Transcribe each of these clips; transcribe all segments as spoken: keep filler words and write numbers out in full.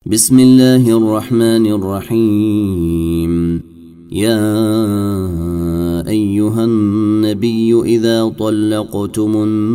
بسم الله الرحمن الرحيم. يا أيها النبي إذا طلقتم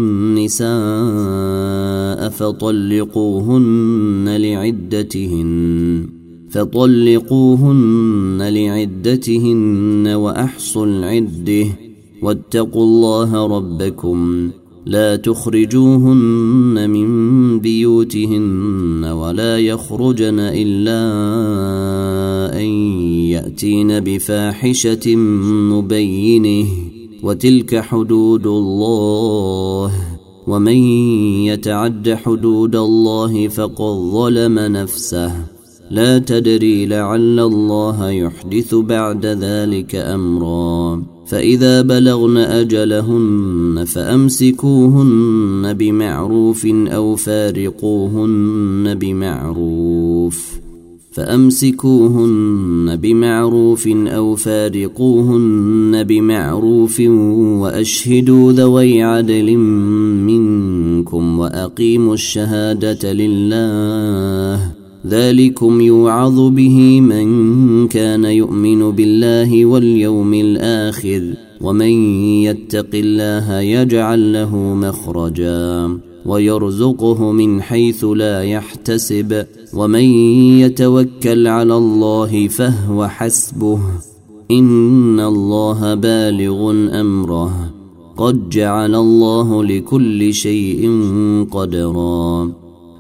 النساء فطلقوهن لعدتهن فطلقوهن لعدتهن وأحصوا العدة واتقوا الله ربكم لا تخرجوهن من بيوتهن ولا يخرجن إلا أن يأتين بفاحشة مبينة وتلك حدود الله ومن يتعد حدود الله فقد ظلم نفسه لا تدري لعل الله يحدث بعد ذلك أمرا. فإذا بلغن أجلهن فأمسكوهن بمعروف أو فارقوهن بمعروف فأمسكوهن بمعروف أو فارقوهن بمعروف وأشهدوا ذوي عدل منكم وأقيموا الشهادة لله ذلكم يوعظ به من كان يؤمن بالله واليوم الآخر ومن يتق الله يجعل له مخرجا ويرزقه من حيث لا يحتسب ومن يتوكل على الله فهو حسبه إن الله بالغ أمره قد جعل الله لكل شيء قدرا.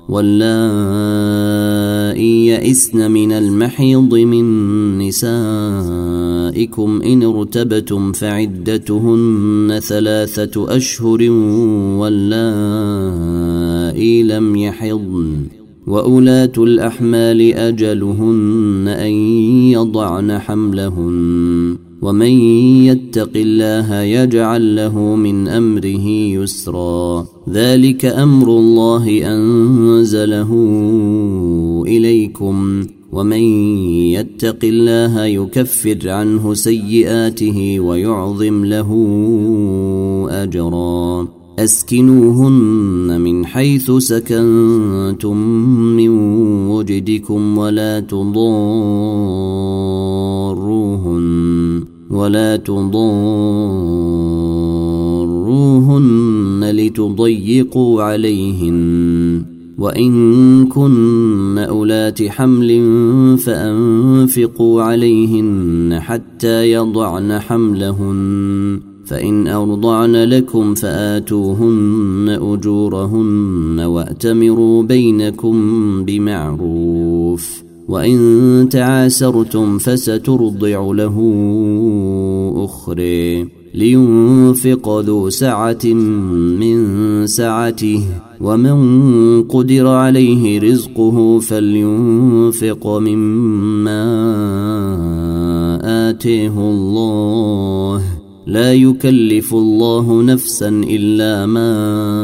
واللائي يئسن من المحيض من نسائكم إن ارتبتم فعدتهن ثلاثة أشهر واللائي لم يحضن وأولاة الأحمال أجلهن أن يضعن حملهن ومن يتق الله يجعل له من أمره يسرا ذلك أمر الله أنزله إليكم ومن يتق الله يكفر عنه سيئاته ويعظم له أجرا. أسكنوهن من حيث سكنتم من وجدكم ولا تضاروهن ولا تضاروهن لتضيقوا عليهن وإن كن أولات حمل فأنفقوا عليهن حتى يضعن حملهن فإن أرضعن لكم فآتوهن أجورهن وأتمروا بينكم بمعروف وإن تعاسرتم فسترضع له أخرى لينفق ذو سعة من سعته ومن قدر عليه رزقه فلينفق مما آتيه الله لا يكلف الله نفسا إلا ما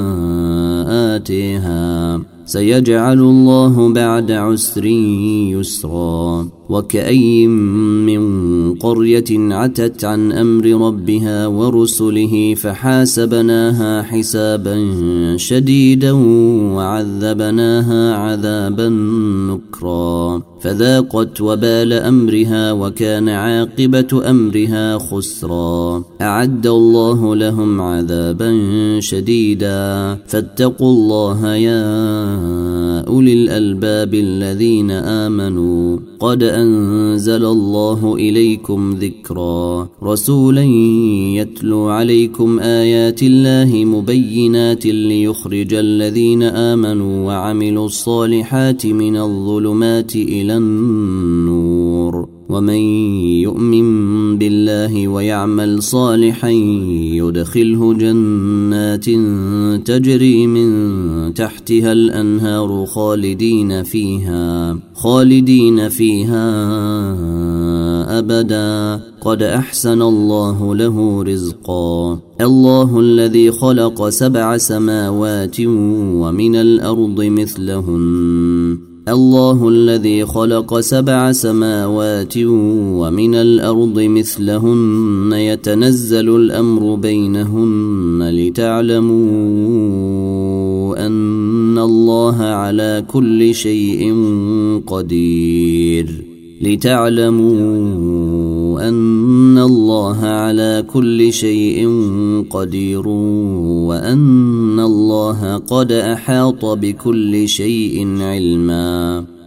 آتيها سيجعل الله بعد عسر يسرا. وكأي من قرية عتت عن أمر ربها ورسله فحاسبناها حسابا شديدا وعذبناها عذابا نكرا فذاقت وبال أمرها وكان عاقبة أمرها خسرا. أعد الله لهم عذابا شديدا فاتقوا الله يا أولي الألباب الذين آمنوا قد أنزل الله إليكم ذكرا رسولا يتلو عليكم آيات الله مبينات ليخرج الذين آمنوا وعملوا الصالحات من الظلمات إلى النور ومن يؤمن بالله ويعمل صالحا يدخله جنات تجري من تحتها الأنهار خالدين فيها خالدين فيها أبدا قد أحسن الله له رزقا. الله الذي خلق سبع سماوات ومن الأرض مثلهن الله الذي خلق سبع سماوات ومن الأرض مثلهن يتنزل الأمر بينهن لتعلموا أن وأن الله على كل شيء قدير لتعلموا أن الله على كل شيء قدير وأن الله قد أحاط بكل شيء علما.